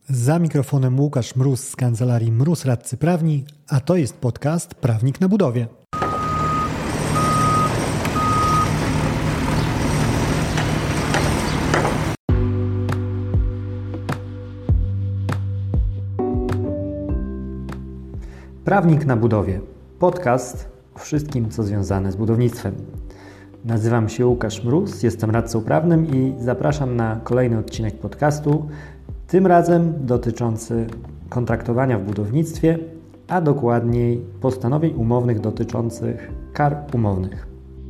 Za mikrofonem Łukasz Mróz z kancelarii Mróz Radcy Prawni, a to jest podcast Prawnik na budowie. Prawnik na budowie. Podcast o wszystkim, co związane z budownictwem. Nazywam się Łukasz Mróz, jestem radcą prawnym i zapraszam na kolejny odcinek podcastu, tym razem dotyczący kontraktowania w budownictwie, a dokładniej postanowień umownych dotyczących kar umownych.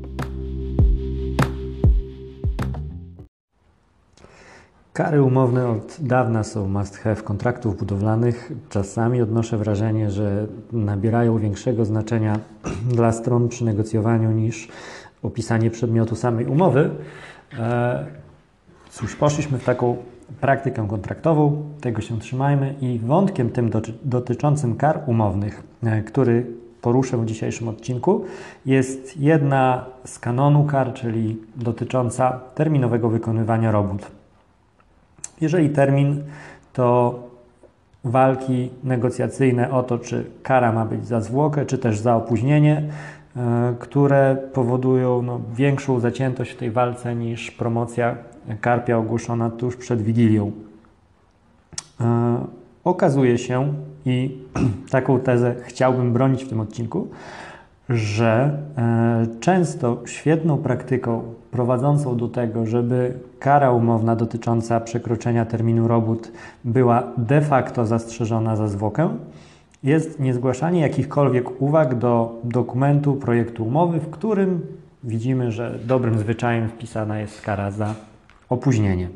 Kary umowne od dawna są must have kontraktów budowlanych. Czasami odnoszę wrażenie, że nabierają większego znaczenia dla stron przy negocjowaniu niż opisanie przedmiotu samej umowy. Cóż, poszliśmy w taką praktykę kontraktową, tego się trzymajmy i wątkiem tym dotyczącym kar umownych, który poruszę w dzisiejszym odcinku, jest jedna z kanonu kar, czyli dotycząca terminowego wykonywania robót. Jeżeli termin, to walki negocjacyjne o to, czy kara ma być za zwłokę, czy też za opóźnienie, które powodują większą zaciętość w tej walce niż promocja karpia ogłoszona tuż przed Wigilią. Okazuje się, i taką tezę chciałbym bronić w tym odcinku, że często świetną praktyką prowadzącą do tego, żeby kara umowna dotycząca przekroczenia terminu robót była de facto zastrzeżona za zwłokę, jest niezgłaszanie jakichkolwiek uwag do dokumentu projektu umowy, w którym widzimy, że dobrym zwyczajem wpisana jest kara za opóźnienie.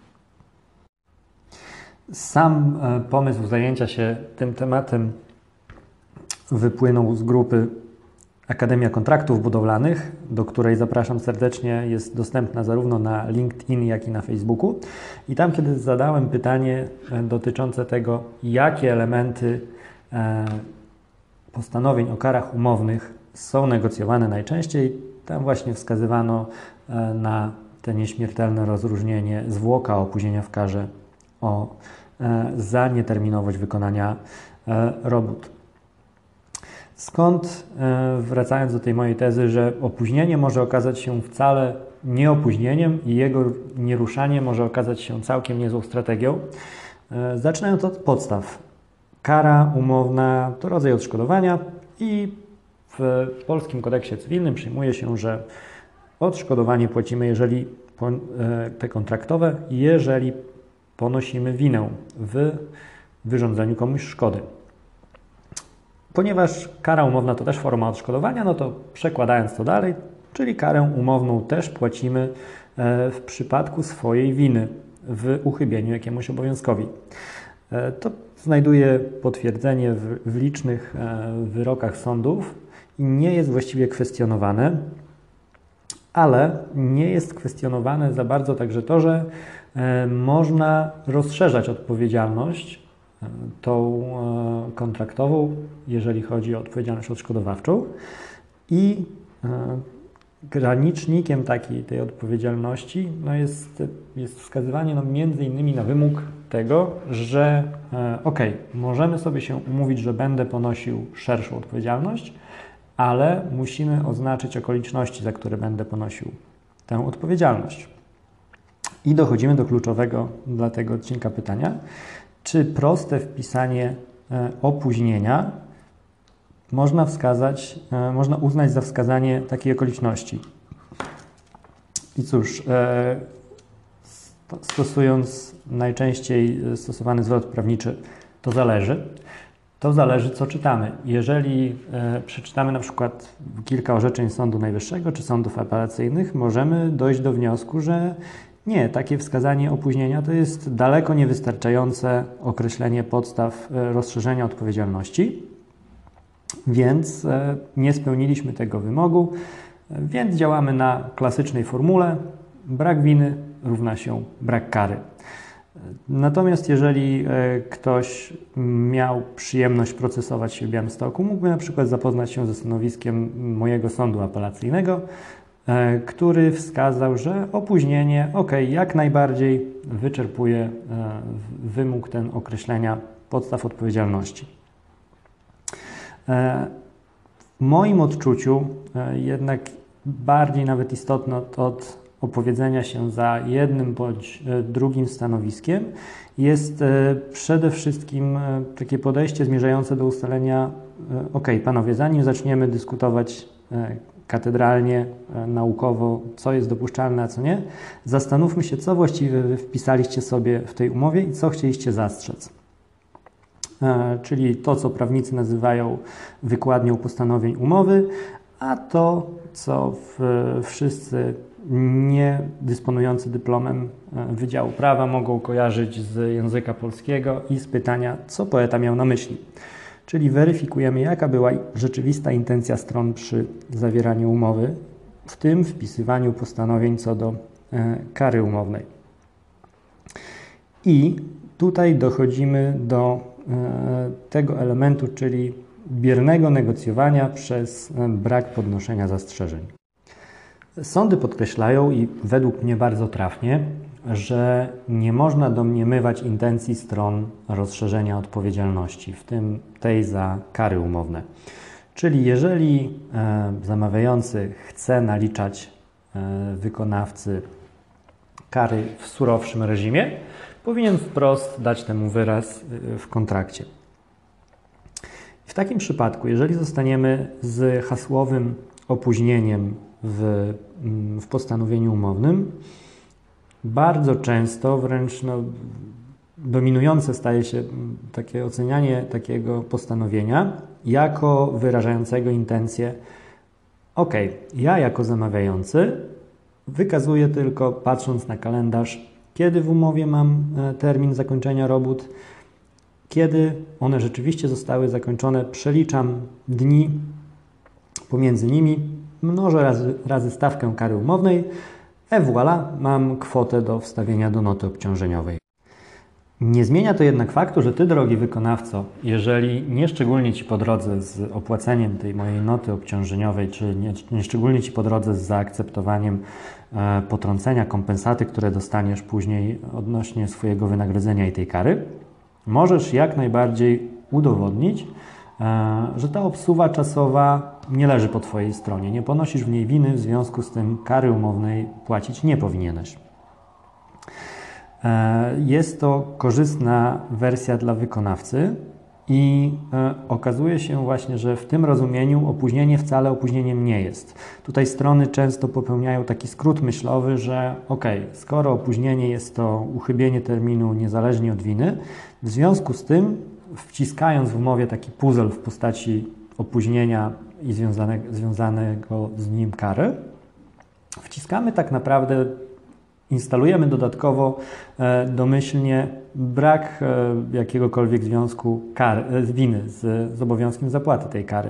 Sam pomysł zajęcia się tym tematem wypłynął z grupy Akademia Kontraktów Budowlanych, do której zapraszam serdecznie, jest dostępna zarówno na LinkedIn, jak i na Facebooku. I tam, kiedy zadałem pytanie dotyczące tego, jakie elementy postanowień o karach umownych są negocjowane najczęściej, tam właśnie wskazywano na te nieśmiertelne rozróżnienie zwłoka opóźnienia w karze za nieterminowość wykonania robót. Skąd, wracając do tej mojej tezy, że opóźnienie może okazać się wcale nie opóźnieniem i jego nieruszanie może okazać się całkiem niezłą strategią? Zaczynając od podstaw. Kara umowna to rodzaj odszkodowania i w polskim kodeksie cywilnym przyjmuje się, że odszkodowanie płacimy te kontraktowe, jeżeli ponosimy winę w wyrządzeniu komuś szkody. Ponieważ kara umowna to też forma odszkodowania, no to przekładając to dalej, czyli karę umowną też płacimy w przypadku swojej winy w uchybieniu jakiemuś obowiązkowi. To znajduje potwierdzenie w licznych wyrokach sądów i nie jest właściwie kwestionowane, ale nie jest kwestionowane za bardzo także to, że można rozszerzać odpowiedzialność tą kontraktową, jeżeli chodzi o odpowiedzialność odszkodowawczą i granicznikiem tej odpowiedzialności jest wskazywanie między innymi na wymóg tego, że możemy sobie się umówić, że będę ponosił szerszą odpowiedzialność, ale musimy oznaczyć okoliczności, za które będę ponosił tę odpowiedzialność. I dochodzimy do kluczowego dla tego odcinka pytania, czy proste wpisanie opóźnienia można uznać za wskazanie takiej okoliczności. I cóż, stosując najczęściej stosowany zwrot prawniczy, to zależy, co czytamy. Jeżeli przeczytamy na przykład kilka orzeczeń Sądu Najwyższego czy sądów apelacyjnych, możemy dojść do wniosku, że nie, takie wskazanie opóźnienia to jest daleko niewystarczające określenie podstaw rozszerzenia odpowiedzialności, więc nie spełniliśmy tego wymogu, więc działamy na klasycznej formule: brak winy równa się brak kary. Natomiast jeżeli ktoś miał przyjemność procesować się w Białymstoku, mógłby na przykład zapoznać się ze stanowiskiem mojego sądu apelacyjnego, który wskazał, że opóźnienie, jak najbardziej wyczerpuje wymóg ten określenia podstaw odpowiedzialności. W moim odczuciu jednak bardziej nawet istotne od opowiedzenia się za jednym bądź drugim stanowiskiem jest przede wszystkim takie podejście zmierzające do ustalenia, panowie, zanim zaczniemy dyskutować katedralnie, naukowo, co jest dopuszczalne, a co nie, zastanówmy się, co właściwie wy wpisaliście sobie w tej umowie i co chcieliście zastrzec. Czyli to, co prawnicy nazywają wykładnią postanowień umowy, a to, co wszyscy nie dysponujący dyplomem Wydziału Prawa mogą kojarzyć z języka polskiego i z pytania, co poeta miał na myśli. Czyli weryfikujemy, jaka była rzeczywista intencja stron przy zawieraniu umowy, w tym wpisywaniu postanowień co do kary umownej. I tutaj dochodzimy do tego elementu, czyli biernego negocjowania przez brak podnoszenia zastrzeżeń. Sądy podkreślają i według mnie bardzo trafnie, że nie można domniemywać intencji stron rozszerzenia odpowiedzialności, w tym tej za kary umowne. Czyli jeżeli zamawiający chce naliczać wykonawcy kary w surowszym reżimie, powinien wprost dać temu wyraz w kontrakcie. W takim przypadku, jeżeli zostaniemy z hasłowym opóźnieniem w postanowieniu umownym, bardzo często, wręcz dominujące staje się takie ocenianie takiego postanowienia jako wyrażającego intencję ja jako zamawiający wykazuję tylko, patrząc na kalendarz, kiedy w umowie mam termin zakończenia robót, kiedy one rzeczywiście zostały zakończone, przeliczam dni pomiędzy nimi, mnożę razy stawkę kary umownej, voilà, mam kwotę do wstawienia do noty obciążeniowej. Nie zmienia to jednak faktu, że Ty, drogi wykonawco, jeżeli nie szczególnie Ci po drodze z opłaceniem tej mojej noty obciążeniowej, czy nie szczególnie Ci po drodze z zaakceptowaniem potrącenia kompensaty, które dostaniesz później odnośnie swojego wynagrodzenia i tej kary, możesz jak najbardziej udowodnić, że ta obsuwa czasowa nie leży po Twojej stronie, nie ponosisz w niej winy, w związku z tym kary umownej płacić nie powinieneś. Jest to korzystna wersja dla wykonawcy i okazuje się właśnie, że w tym rozumieniu opóźnienie wcale opóźnieniem nie jest. Tutaj strony często popełniają taki skrót myślowy, że skoro opóźnienie jest to uchybienie terminu niezależnie od winy, w związku z tym wciskając w umowie taki puzzle w postaci opóźnienia i związanego z nim kary, wciskamy tak naprawdę, instalujemy dodatkowo domyślnie brak jakiegokolwiek związku winy z obowiązkiem zapłaty tej kary.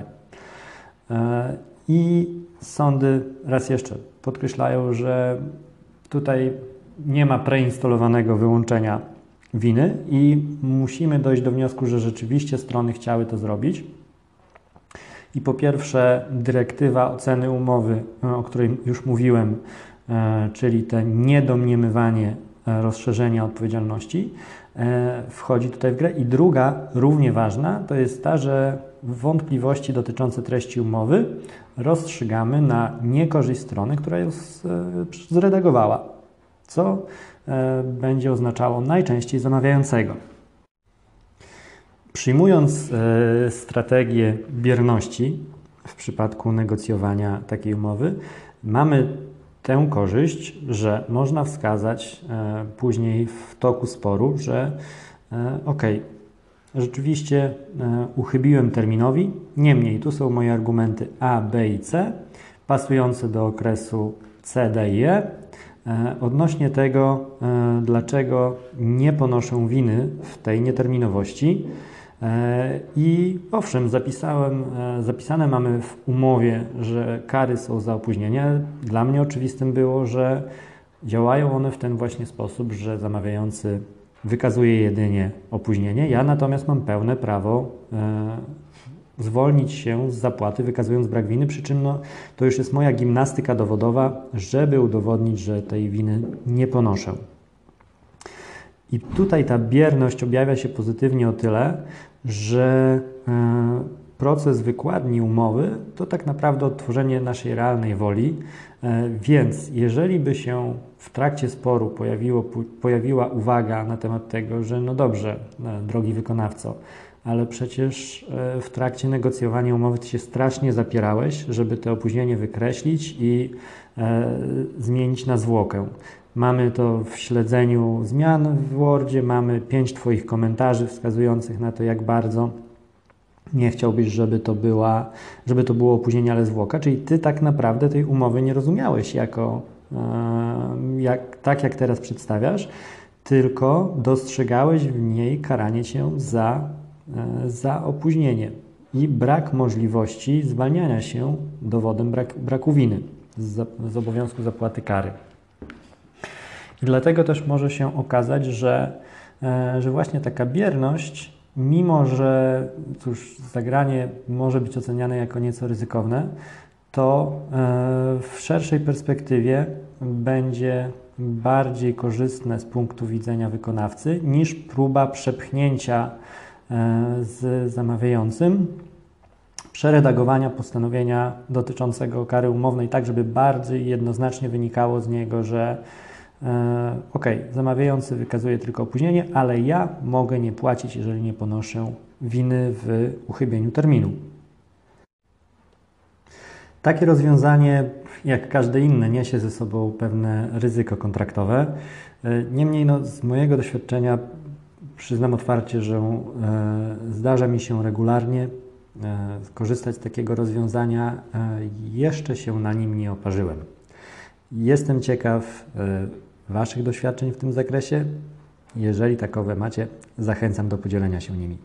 I sądy raz jeszcze podkreślają, że tutaj nie ma preinstalowanego wyłączenia winy i musimy dojść do wniosku, że rzeczywiście strony chciały to zrobić. I po pierwsze dyrektywa oceny umowy, o której już mówiłem, czyli te niedomniemywanie rozszerzenia odpowiedzialności, wchodzi tutaj w grę. I druga, równie ważna, to jest ta, że wątpliwości dotyczące treści umowy rozstrzygamy na niekorzyść strony, która ją zredagowała, co będzie oznaczało najczęściej zamawiającego. Przyjmując strategię bierności w przypadku negocjowania takiej umowy, mamy tę korzyść, że można wskazać później w toku sporu, że rzeczywiście uchybiłem terminowi, niemniej tu są moje argumenty A, B i C, pasujące do okresu C, D i E, odnośnie tego, dlaczego nie ponoszę winy w tej nieterminowości. I owszem, zapisane mamy w umowie, że kary są za opóźnienie. Dla mnie oczywistym było, że działają one w ten właśnie sposób, że zamawiający wykazuje jedynie opóźnienie. Ja natomiast mam pełne prawo zwolnić się z zapłaty, wykazując brak winy, przy czym to już jest moja gimnastyka dowodowa, żeby udowodnić, że tej winy nie ponoszę. I tutaj ta bierność objawia się pozytywnie o tyle, że proces wykładni umowy to tak naprawdę odtworzenie naszej realnej woli, więc jeżeli by się w trakcie sporu pojawiła uwaga na temat tego, że no dobrze, drogi wykonawco, ale przecież w trakcie negocjowania umowy ty się strasznie zapierałeś, żeby to opóźnienie wykreślić i zmienić na zwłokę. Mamy to w śledzeniu zmian w Wordzie, mamy 5 Twoich komentarzy wskazujących na to, jak bardzo nie chciałbyś, żeby to było opóźnienie, ale zwłoka, czyli Ty tak naprawdę tej umowy nie rozumiałeś tak, jak teraz przedstawiasz, tylko dostrzegałeś w niej karanie Cię za opóźnienie i brak możliwości zwalniania się dowodem braku winy z obowiązku zapłaty kary. I dlatego też może się okazać, że właśnie taka bierność, mimo że zagranie może być oceniane jako nieco ryzykowne, to w szerszej perspektywie będzie bardziej korzystne z punktu widzenia wykonawcy niż próba przepchnięcia z zamawiającym przeredagowania postanowienia dotyczącego kary umownej tak, żeby bardziej jednoznacznie wynikało z niego, że zamawiający wykazuje tylko opóźnienie, ale ja mogę nie płacić, jeżeli nie ponoszę winy w uchybieniu terminu. Takie rozwiązanie, jak każde inne, niesie ze sobą pewne ryzyko kontraktowe. Niemniej z mojego doświadczenia przyznam otwarcie, że zdarza mi się regularnie korzystać z takiego rozwiązania. Jeszcze się na nim nie oparzyłem. Jestem ciekaw Waszych doświadczeń w tym zakresie. Jeżeli takowe macie, zachęcam do podzielenia się nimi.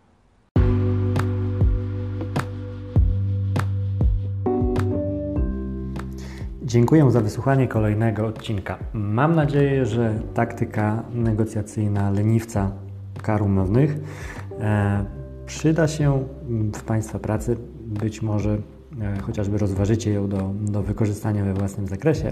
Dziękuję za wysłuchanie kolejnego odcinka. Mam nadzieję, że taktyka negocjacyjna leniwca kar umownych przyda się w Państwa pracy. Być może chociażby rozważycie ją do wykorzystania we własnym zakresie.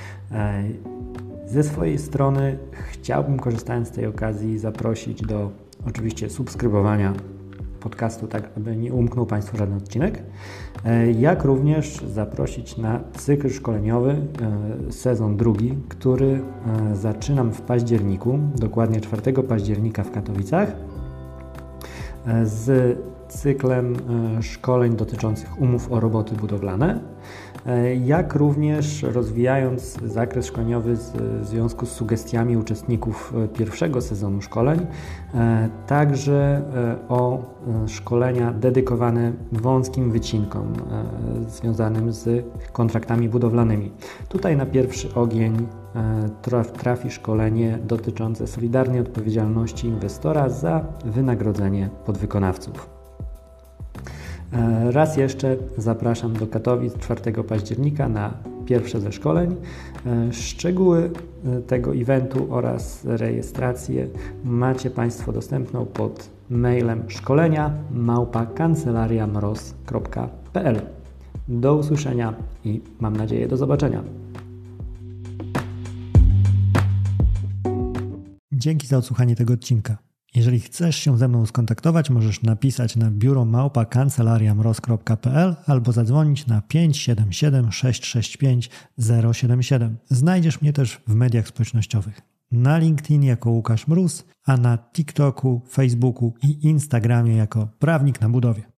Ze swojej strony chciałbym, korzystając z tej okazji, zaprosić do oczywiście subskrybowania podcastu, tak aby nie umknął Państwu żaden odcinek, jak również zaprosić na cykl szkoleniowy, sezon drugi, który zaczynam w październiku, dokładnie 4 października w Katowicach, z cyklem szkoleń dotyczących umów o roboty budowlane, jak również rozwijając zakres szkoleniowy w związku z sugestiami uczestników pierwszego sezonu szkoleń, także o szkolenia dedykowane wąskim wycinkom związanym z kontraktami budowlanymi. Tutaj na pierwszy ogień trafi szkolenie dotyczące solidarnej odpowiedzialności inwestora za wynagrodzenie podwykonawców. Raz jeszcze zapraszam do Katowic 4 października na pierwsze ze szkoleń. Szczegóły tego eventu oraz rejestrację macie Państwo dostępną pod mailem szkolenia@kancelariamroz.pl. Do usłyszenia i mam nadzieję do zobaczenia. Dzięki za odsłuchanie tego odcinka. Jeżeli chcesz się ze mną skontaktować, możesz napisać na biuro@kancelariamroz.pl albo zadzwonić na 577 665 077. Znajdziesz mnie też w mediach społecznościowych. Na LinkedIn jako Łukasz Mróz, a na TikToku, Facebooku i Instagramie jako Prawnik na Budowie.